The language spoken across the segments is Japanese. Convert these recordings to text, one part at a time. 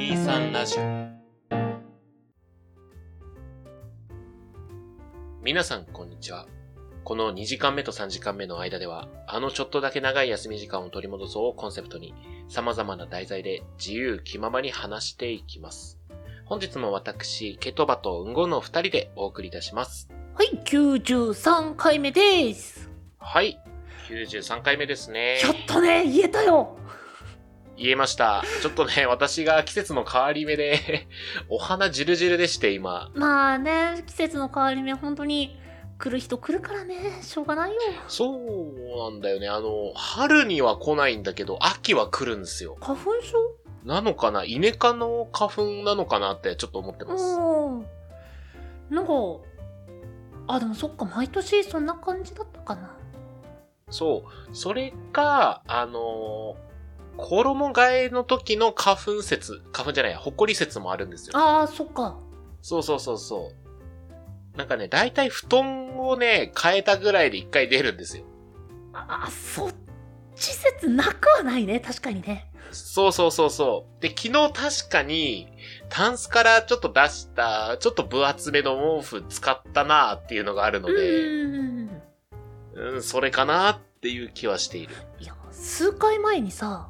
223ラジオ。皆さんこんにちは。この2時間目と3時間目の間では、ちょっとだけ長い休み時間を取り戻そうをコンセプトに、様々な題材で自由気ままに話していきます。本日も私、ケトバとウンゴの2人でお送りいたします。 はい、93回目です。 はい、93回目ですね。 やっとね、言えたよ。 言えました。ちょっとね、私が季節の変わり目でお花ジュルジュルでして今。 まあね、季節の変わり目本当に来る人来るからね、しょうがないよ。 そうなんだよね。春には来ないんだけど、秋は来るんですよ。 花粉症なのかな、イネ科の花粉なのかなってちょっと思ってます。 なんか、でもそっか、毎年そんな感じだったかな。 そう。それか、衣替えの時の花粉じゃないや、ほこり説もあるんですよ。 そっか。 そう。なんかね、だいたい布団をね、変えたぐらいで一回出るんですよ。 そっち説なくはないね、確かにね。 そう。で、昨日確かに、タンスからちょっと出した、ちょっと分厚めの毛布使ったなーっていうのがあるので、それかなっていう気はしている。 いや、数回前にさ、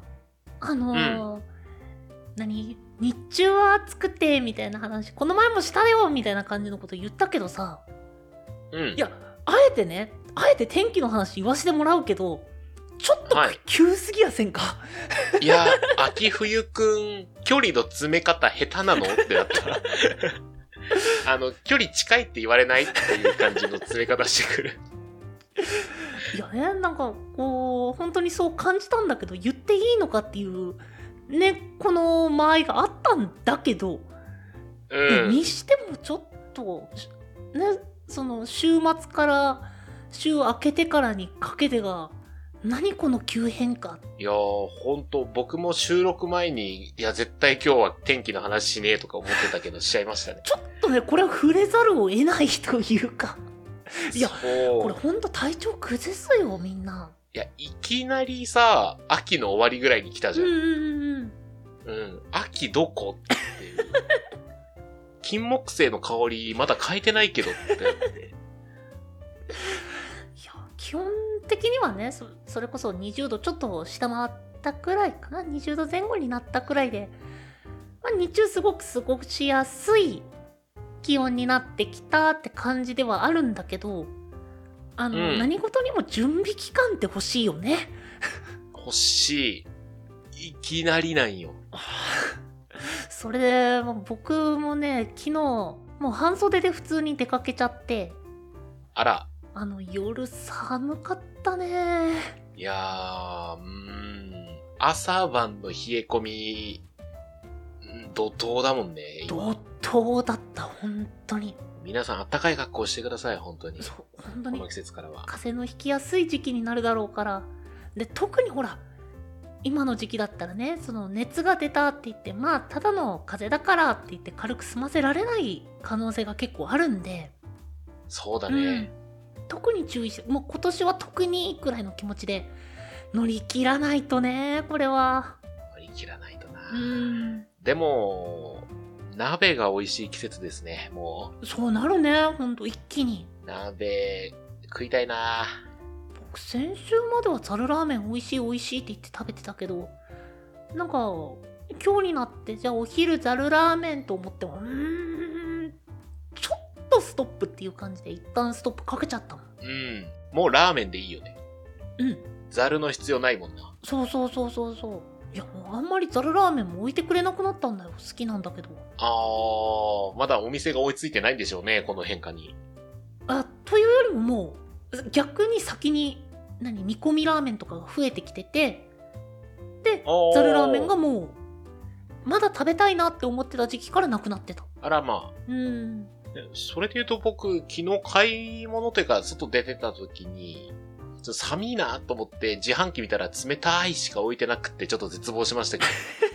日中は暑くてみたいな話、この前もしたよみたいな感じのこと言ったけどさ、いや、あえて天気の話言わせてもらうけど、ちょっと急すぎやせんか、 いや、秋冬くん、距離の詰め方下手なのってなった。距離近いって言われないっていう感じの詰め方してくる。 いやね、なんかこう、本当にそう感じたんだけど、言っていいのかっていうね、この間合いがあったんだけど、にしてもちょっとね、その週末から週明けてからにかけてが何この急変化。 いやー、ほんと僕も収録前に、いや絶対今日は天気の話しねえとか思ってたけどしちゃいましたね。 ちょっとね、これは触れざるを得ないというか、いや、これほんと体調崩すよみんな。 いや、いきなりさ、秋の終わりぐらいに来たじゃん。秋どこっていう。金木犀の香りまだ変えてないけどってなって。いや、基本的にはね、それこそ20度ちょっと下回ったくらいかな、20度前後になったくらいで、日中すごく過ごしやすい気温になってきたって感じではあるんだけど、何事にも準備期間って欲しいよね。 欲しい。いきなりなんよ。 それで僕もね、昨日もう半袖で普通に出かけちゃって、 あら、 夜寒かったね。 いやー、朝晩の冷え込み、怒涛だもんね。 怒涛だった、本当に。 皆さん暖かい格好してください、本当に。 そう、本当に。 この季節からは。 風邪のひきやすい時期になるだろうから。で、特にほら、今の時期だったらね、その熱が出たって言って、ただの風邪だからって言って軽く済ませられない可能性が結構あるんで。 そうだね。 特に注意して、もう今年は特にくらいの気持ちで乗り切らないとね、これは。 乗り切らないとな。でも、鍋が美味しい季節ですね、もう。そうなるね、ほんと一気に。 鍋、食いたいな。 僕先週まではザルラーメン美味しいって言って食べてたけど、なんか、今日になってじゃあお昼ザルラーメンと思っても、ちょっとストップっていう感じで一旦ストップかけちゃったもん。 もうラーメンでいいよね。ザルの必要ないもんな。 そう。いや、もうあんまりザルラーメンも置いてくれなくなったんだよ。好きなんだけど。 まだお店が追いついてないんでしょうね、この変化に。 というよりももう、逆に先に、煮込みラーメンとかが増えてきてて、で、ザルラーメンがもう、まだ食べたいなって思ってた時期からなくなってた。 あらまあ。それで言うと僕、昨日買い物というか、外出てた時に、ちょっと寒いなと思って自販機見たら冷たいしか置いてなくってちょっと絶望しましたけど。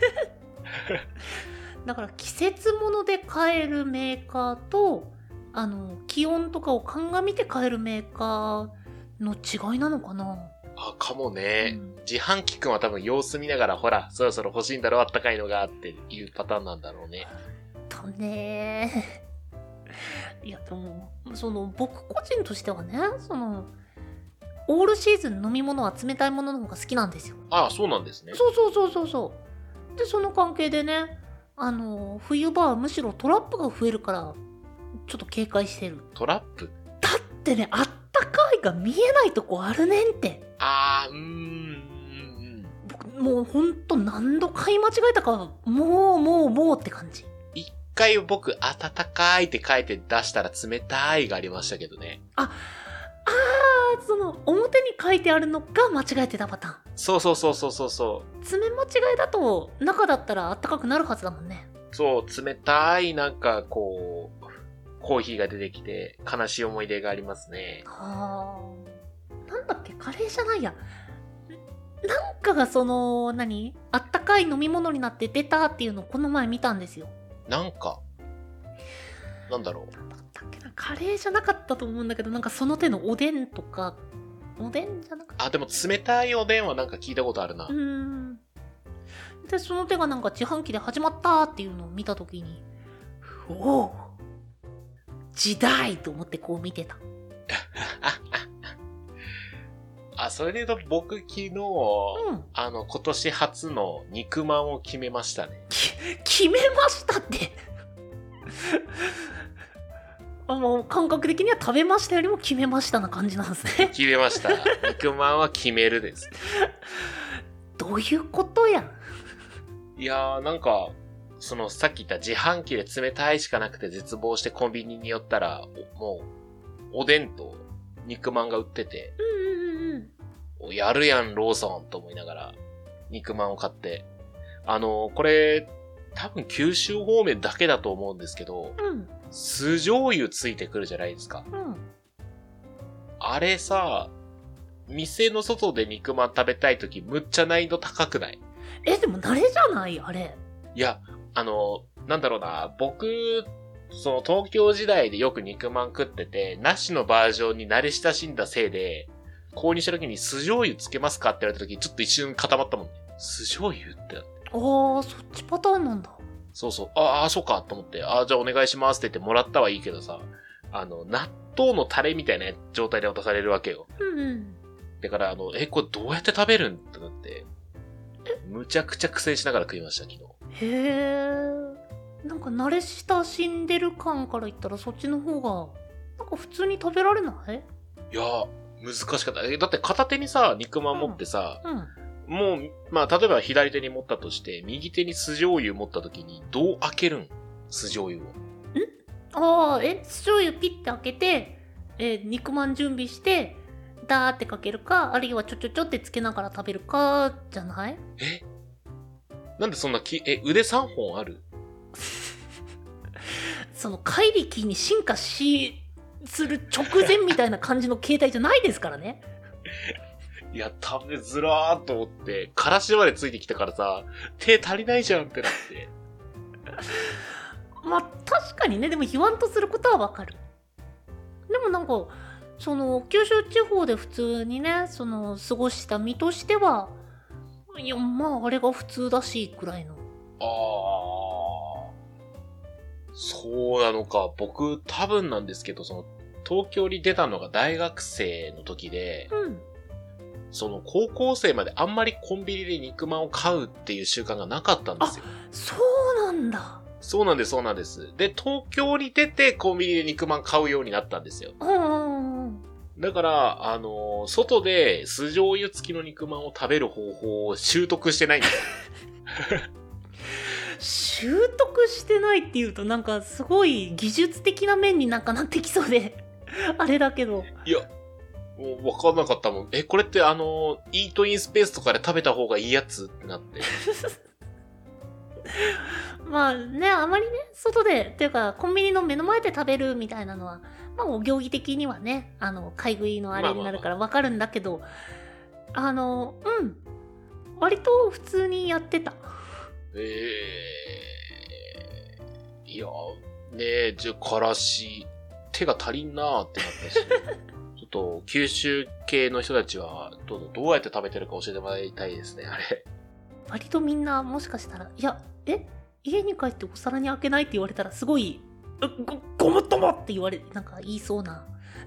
だから季節物で買えるメーカーと、気温とかを鑑みて買えるメーカーの違いなのかな。 かもね。自販機くんは多分様子見ながら、ほら、そろそろ欲しいんだろ、あったかいのがっていうパターンなんだろうね。 いや、でも、僕個人としてはね、オールシーズン飲み物は冷たいものの方が好きなんですよ。 ああ、そうなんですね。 そう。で、その関係でね、冬場はむしろトラップが増えるから、ちょっと警戒してる。 トラップ？ だってね、あったかいが見えないとこあるねんって。僕、もうほんと何度買い間違えたか、もうって感じ。 一回僕、温かいって書いて出したら冷たいがありましたけどね。 表に書いてあるのが間違えてたパターン。 そう。 詰め間違いだと、中だったらあったかくなるはずだもんね。 そう、冷たいなんかこう、コーヒーが出てきて悲しい思い出がありますね。 なんだっけ、カレーじゃないや。なんかがあったかい飲み物になって出たっていうのをこの前見たんですよ。 なんだろう。 カレーじゃなかったと思うんだけど、なんかその手のおでんとか、おでんじゃなかった。 でも冷たいおでんはなんか聞いたことあるな。 で、その手がなんか自販機で始まったっていうのを見たときに、おお、時代と思ってこう見てた。 それで言うと僕昨日、今年初の肉まんを決めましたね。 決めましたってもう感覚的には食べましたよりも決めましたな感じなんですね。 決めました。肉まんは決めるです。 どういうことや。 いやーなんか、さっき言った自販機で冷たいしかなくて絶望してコンビニに寄ったら、もう、おでんと肉まんが売ってて、やるやん、ローソンと思いながら、肉まんを買って。これ、多分九州方面だけだと思うんですけど、酢醤油ついてくるじゃないですか。あれさ、店の外で肉まん食べたいときむっちゃ難易度高くない？ でも慣れじゃないあれ。 いや、なんだろうな、僕、東京時代でよく肉まん食ってて、なしのバージョンに慣れ親しんだせいで、購入した時に酢醤油つけますかって言われた時にちょっと一瞬固まったもんね。酢醤油ってなって。 そっちパターンなんだ。 そう。そうかと思って、じゃあお願いしますって言ってもらったはいいけどさ、納豆のタレみたいな状態で渡されるわけよ。だからこれどうやって食べるんってなって、むちゃくちゃ苦戦しながら食いました、昨日。 なんか慣れ親しんでる感から言ったらそっちの方が、なんか普通に食べられない？ いや、難しかった。だって片手にさ、肉まん持ってさ、もう、まあ、例えば左手に持ったとして、右手に酢醤油持った時に、どう開けるん？酢醤油を。 酢醤油ピッて開けて、肉まん準備して、ダーってかけるか、あるいはちょってつけながら食べるか、じゃない？ なんでそんな腕3本ある？ 怪力に進化する直前みたいな感じの形態じゃないですからね。 いや、食べづらーと思って、からしまでついてきたからさ、手足りないじゃんってなって。 まあ、確かにね、でも言わんとすることはわかる。でもなんか、九州地方で普通にね、過ごした身としては、いや、まあ、あれが普通だし、くらいの。 そうなのか。僕、多分なんですけど、東京に出たのが大学生の時で、高校生まであんまりコンビニで肉まんを買うっていう習慣がなかったんですよ。 そうなんだ。 そうなんです。で、東京に出てコンビニで肉まん買うようになったんですよ。だから、外で酢醤油付きの肉まんを食べる方法を習得してないんですよ。 習得してないっていうとなんかすごい技術的な面になんかなってきそうで、あれだけど。 いや、もう分かんなかったもん。これってイートインスペースとかで食べた方がいいやつってなって。 まあね、あまりね、外で、っていうか、コンビニの目の前で食べるみたいなのは、まあ、お行儀的にはね、買い食いのあれになるからわかるんだけど、割と普通にやってた。いや、ねえ、からし、手が足りんなーってなったし、ちょっと、九州系の人たちはどうやって食べてるか教えてもらいたいですね、あれ。 割とみんなもしかしたら、いや、家に帰ってお皿に開けないって言われたらすごい、ごもっともってなんか言いそうな。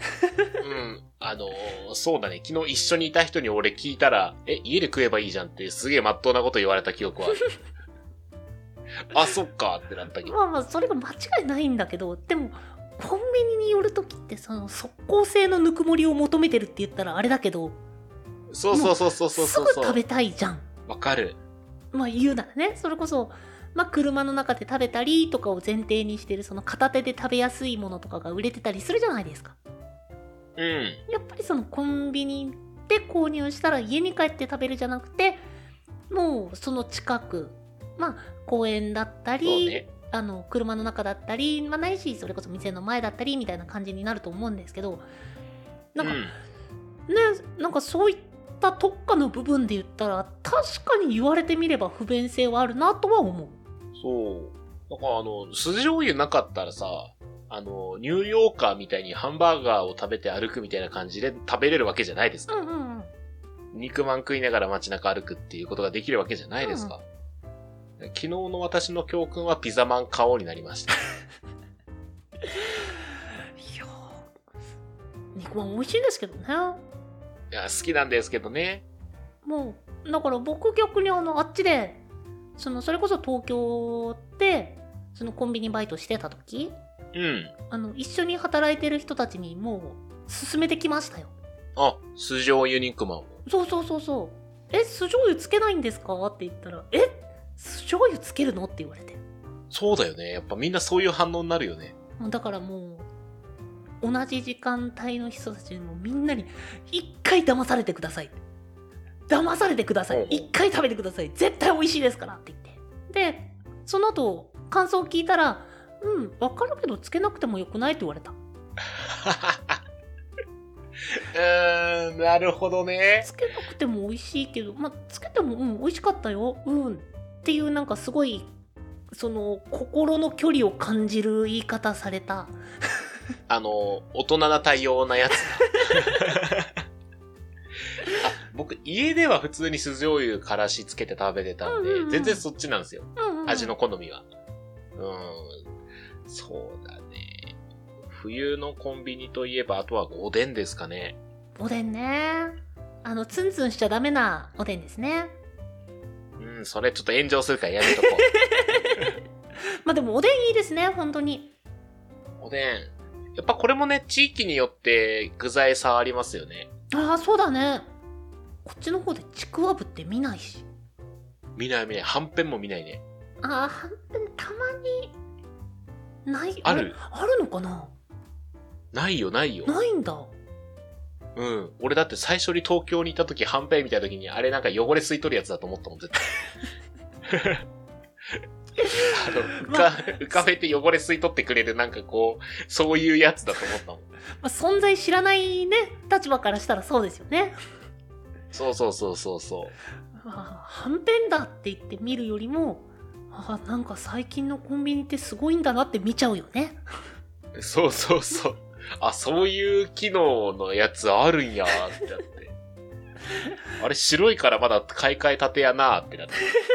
そうだね。昨日一緒にいた人に俺聞いたら、家で食えばいいじゃんってすげえ真っ当なこと言われた記憶はある。あ、そっかってなったけど。 まあ、それが間違いないんだけど、でも、コンビニに寄るときって、その即効性のぬくもりを求めてるって言ったらあれだけど、 そう。すぐ食べたいじゃん。 わかる。 まあ言うならね、それこそ、まあ車の中で食べたりとかを前提にしてる、その片手で食べやすいものとかが売れてたりするじゃないですか。やっぱりそのコンビニで購入したら家に帰って食べるじゃなくて、もうその近く、まあ公園だったり、車の中だったり、まあないし、それこそ店の前だったりみたいな感じになると思うんですけど、なんか、なんかそういった特化の部分で言ったら、確かに言われてみれば不便性はあるなとは思う。 そう。だから酢醤油なかったらさ、ニューヨーカーみたいにハンバーガーを食べて歩くみたいな感じで食べれるわけじゃないですか。肉まん食いながら街中歩くっていうことができるわけじゃないですか。昨日の私の教訓はピザマン買おうになりました。いや肉まん美味しいんですけどね。 いや、好きなんですけどね。 もう、だから僕逆にあっちで、それこそ東京で、そのコンビニバイトしてた時、一緒に働いてる人たちにもう勧めてきましたよ。 あ、酢醤油肉まんを。 そう。酢醤油つけないんですかって言ったら、酢醤油つけるのって言われて。 そうだよね。やっぱみんなそういう反応になるよね。 だからもう、同じ時間帯の人たちにもみんなに、一回騙されてください。騙されてください。一回食べてください。絶対美味しいですからって言って。で、その後、感想を聞いたら、わかるけどつけなくてもよくないって言われた。 なるほどね。 つけなくても美味しいけど、つけても美味しかったよ。っていうなんかすごい、心の距離を感じる言い方された。 大人な対応なやつ僕、家では普通に酢醤油からしつけて食べてたんで、全然そっちなんですよ。味の好みは。そうだね。冬のコンビニといえば、あとはおでんですかね。 おでんね。ツンツンしちゃダメなおでんですね。 それちょっと炎上するからやめとこう。でもおでんいいですね、本当に。 おでん。やっぱこれもね、地域によって具材差ありますよね。 ああ、そうだね。こっちの方でちくわぶって見ないし。 見ない。はんぺんも見ないね。 はんぺんたまに、ない。 あるのかな？ ないよ。ないんだ。 俺だって最初に東京にいた時、はんぺん見た時に、あれなんか汚れ吸い取るやつだと思ったもん、絶対。浮かべて汚れ吸い取ってくれる、なんかこう、そういうやつだと思ったもん。 存在知らないね、立場からしたらそうですよね。 そう。 はんぺんだって言って見るよりも、なんか最近のコンビニってすごいんだなって見ちゃうよね。 そう。あ、そういう機能のやつあるんやーってなって。あれ白いからまだ買い替えたてやなーってなって。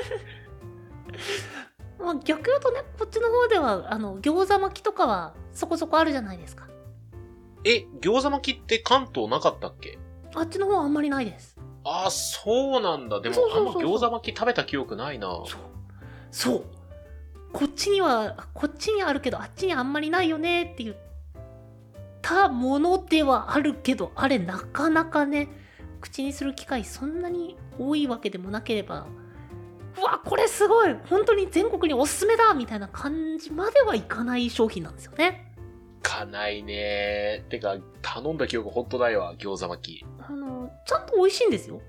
逆言うとね、こっちの方では餃子巻きとかはそこそこあるじゃないですか。 餃子巻きって関東なかったっけ？ あっちの方はあんまりないです。 あ、そうなんだ。でもあんま餃子巻き食べた記憶ないな。 そう。こっちにあるけどあっちにあんまりないよねって言ったものではあるけど、あれなかなかね、口にする機会そんなに多いわけでもなければ、うわ、これすごい本当に全国におすすめだみたいな感じまではいかない商品なんですよね。 いかないね。てか頼んだ記憶ほんとないわ、餃子巻き。 ちゃんと美味しいんですよ。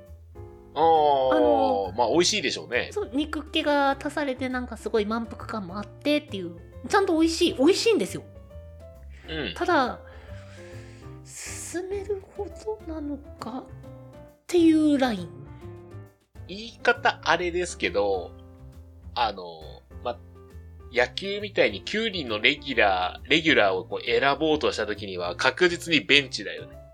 まあ美味しいでしょうね。 そう、肉っ気が足されてなんかすごい満腹感もあってっていう、ちゃんと美味しいんですよ。ただ勧めるほどなのかっていうライン。 言い方あれですけど、野球みたいに9人のレギュラーをこう選ぼうとした時には確実にベンチだよね。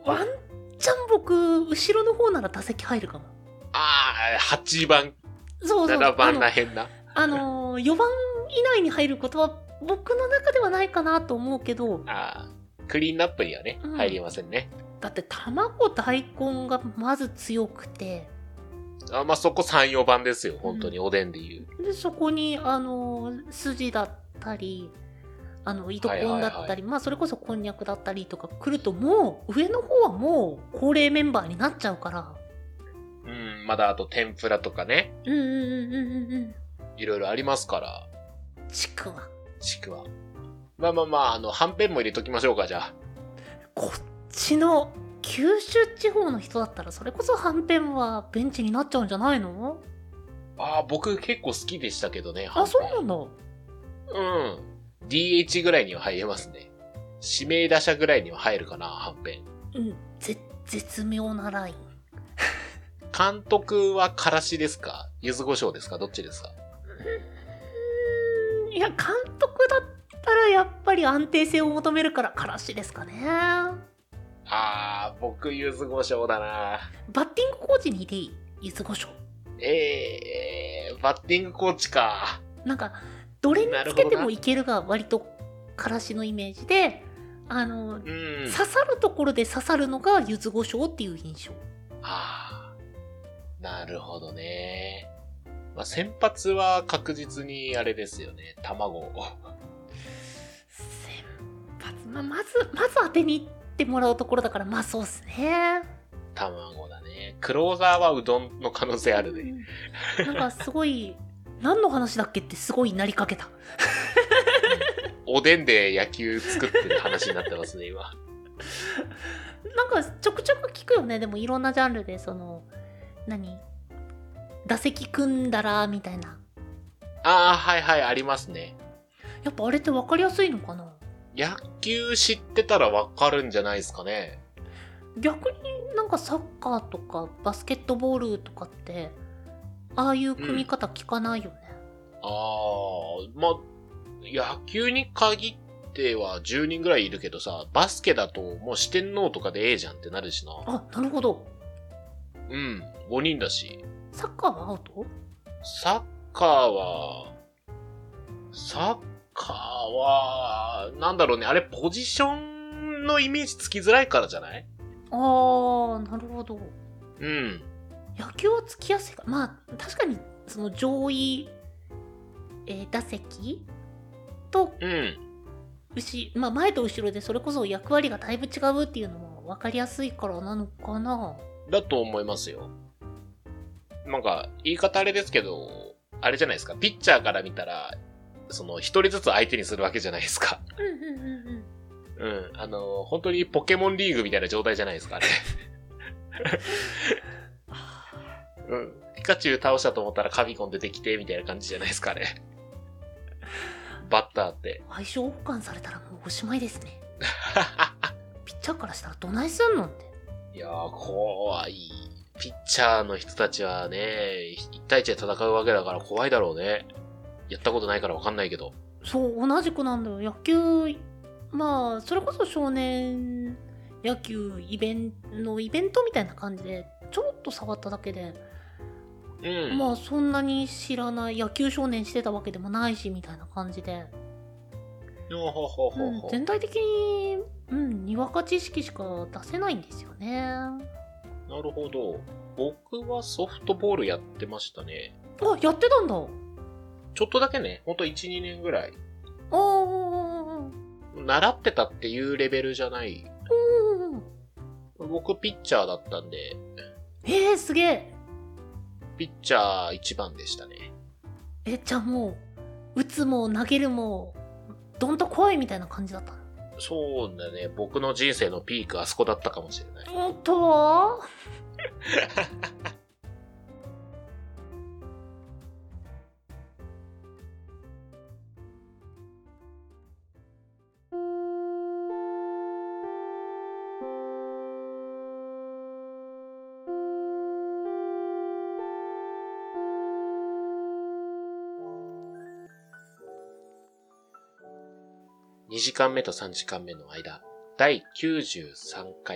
ワンチャン僕、後ろの方なら打席入るかも。 8番、 そうそう。 7番らへんな。 4番以内に入ることは僕の中ではないかなと思うけど。 クリーンナップにはね、入りませんね。 だって卵、大根がまず強くて。 そこ3、4番ですよ。本当におでんで言う。 で、そこに、筋だったり、糸こんだったり、それこそこんにゃくだったりとか来ると、もう、上の方はもう、高齢メンバーになっちゃうから。 まだあと天ぷらとかね。いろいろありますから。 ちくわ。 はんぺんも入れときましょうか、じゃあ。 こっちの、九州地方の人だったら、それこそはんぺんはベンチになっちゃうんじゃないの？ 僕結構好きでしたけどね。 そうなんだ。 DH ぐらいには入れますね。指名打者ぐらいには入るかな、はんぺん。 絶妙なライン。 監督はからしですか？柚子胡椒ですか？どっちですか？ いや、監督だったらやっぱり安定性を求めるからからしですかね。 僕柚子胡椒だな。 バッティングコーチにいていい？柚子胡椒。 バッティングコーチか。 なんか、どれにつけてもいけるが割とからしのイメージで、刺さるところで刺さるのが柚子胡椒っていう印象。 なるほどね。先発は確実にあれですよね。卵。 先発、まず当てに行ってもらうところだから、そうっすね。 卵だね。クローザーはうどんの可能性あるね。 なんかすごい、何の話だっけってすごいなりかけた。 おでんで野球作ってる話になってますね、今。 なんかちょくちょく聞くよね。でもいろんなジャンルで、打席組んだら、みたいな。 ありますね。 やっぱあれって分かりやすいのかな？ 野球知ってたら分かるんじゃないですかね。 逆になんかサッカーとかバスケットボールとかって、ああいう組み方聞かないよね。 野球に限っては10人ぐらいいるけどさ、バスケだともう四天王とかでええじゃんってなるしな。 なるほど。 5人だし。 サッカーはアウト？ サッカーは、なんだろうね、あれポジションのイメージつきづらいからじゃない？ なるほど。野球はつきやすいか。確かに、その上位、打席と、前と後ろでそれこそ役割がだいぶ違うっていうのも分かりやすいからなのかな。 だと思いますよ。なんか、言い方あれですけど、あれじゃないですか。ピッチャーから見たら、一人ずつ相手にするわけじゃないですか。本当にポケモンリーグみたいな状態じゃないですかね。ピカチュウ倒したと思ったらカビコン出てきて、みたいな感じじゃないですかね。バッターって。 相性交換されたらもうおしまいですね。ピッチャーからしたらどないすんのって。 いやー、怖い。ピッチャーの人たちはね、1対1で戦うわけだから怖いだろうね。やったことないからわかんないけど。 そう、同じくなんだよ。野球、それこそ少年野球イベントみたいな感じで、ちょろっと触っただけで、そんなに知らない、野球少年してたわけでもないし、みたいな感じで。全体的に、にわか知識しか出せないんですよね。 なるほど。僕はソフトボールやってましたね。 やってたんだ。 ちょっとだけね、ほんと1、2年ぐらい。習ってたっていうレベルじゃない。僕ピッチャーだったんで。 すげえ。 ピッチャー1番でしたね。 じゃあもう、打つも投げるも、どんと怖いみたいな感じだったの？ そうだね。僕の人生のピークあそこだったかもしれない。 本当は 2時間目と3時間目の間、第93回、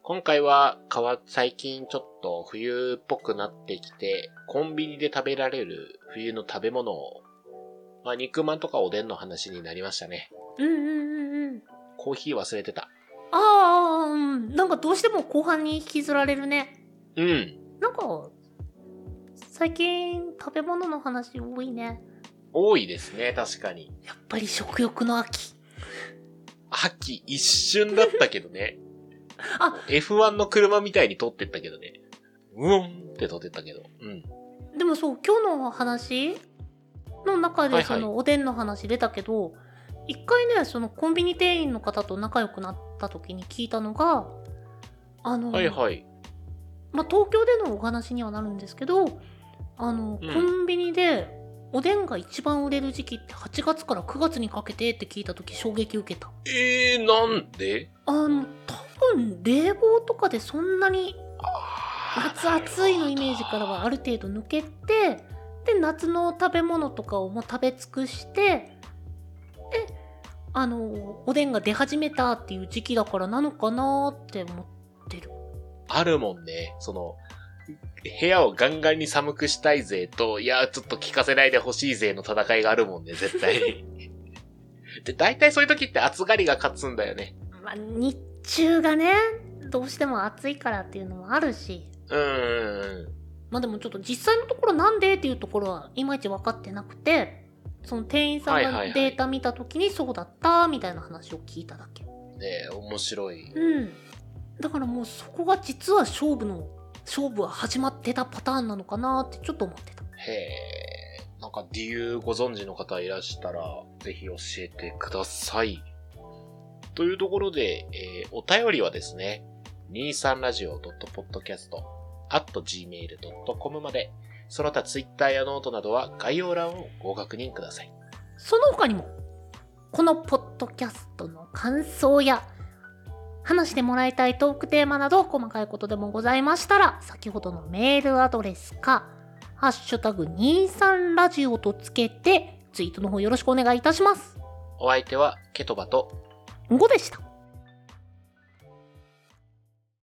今回は最近ちょっと冬っぽくなってきて、コンビニで食べられる冬の食べ物を、肉まんとかおでんの話になりましたね。コーヒー忘れてた。 なんかどうしても後半に引きずられるね。なんか、最近食べ物の話多いね。 多いですね、確かに。 やっぱり食欲の秋。 秋、一瞬だったけどね。F1 の車みたいに通ってったけどね。うおんって通ってったけど。 でもそう、今日の話の中でおでんの話出たけど、一回ね、そのコンビニ店員の方と仲良くなった時に聞いたのが、東京でのお話にはなるんですけど、コンビニでおでんが一番売れる時期って8月から9月にかけてって聞いた時衝撃受けた。 なんで？ 多分冷房とかでそんなに夏暑いのイメージからはある程度抜けて、で夏の食べ物とかをもう食べ尽くして、でおでんが出始めたっていう時期だからなのかなって思ってる。 あるもんね。部屋をガンガンに寒くしたいぜと、いや、ちょっと聞かせないでほしいぜの戦いがあるもんね、絶対に。で、大体そういう時って暑がりが勝つんだよね。 日中がね、どうしても暑いからっていうのもあるし。でもちょっと実際のところなんでっていうところはいまいち分かってなくて、その店員さんがデータ見た時にそうだったみたいな話を聞いただけ。 面白い。 だからもうそこが実は勝負は始まってたパターンなのかなってちょっと思ってた。 なんか理由ご存知の方いらしたらぜひ教えてください。というところで、お便りはですね、23radio.podcast@gmail.com まで、その他ツイッターやノートなどは概要欄をご確認ください。 その他にも、このポッドキャストの感想や話してもらいたいトークテーマなど細かいことでもございましたら、先ほどのメールアドレスかハッシュタグ23ラジオとつけてツイートの方よろしくお願いいたします。 お相手はケトバと 5でした。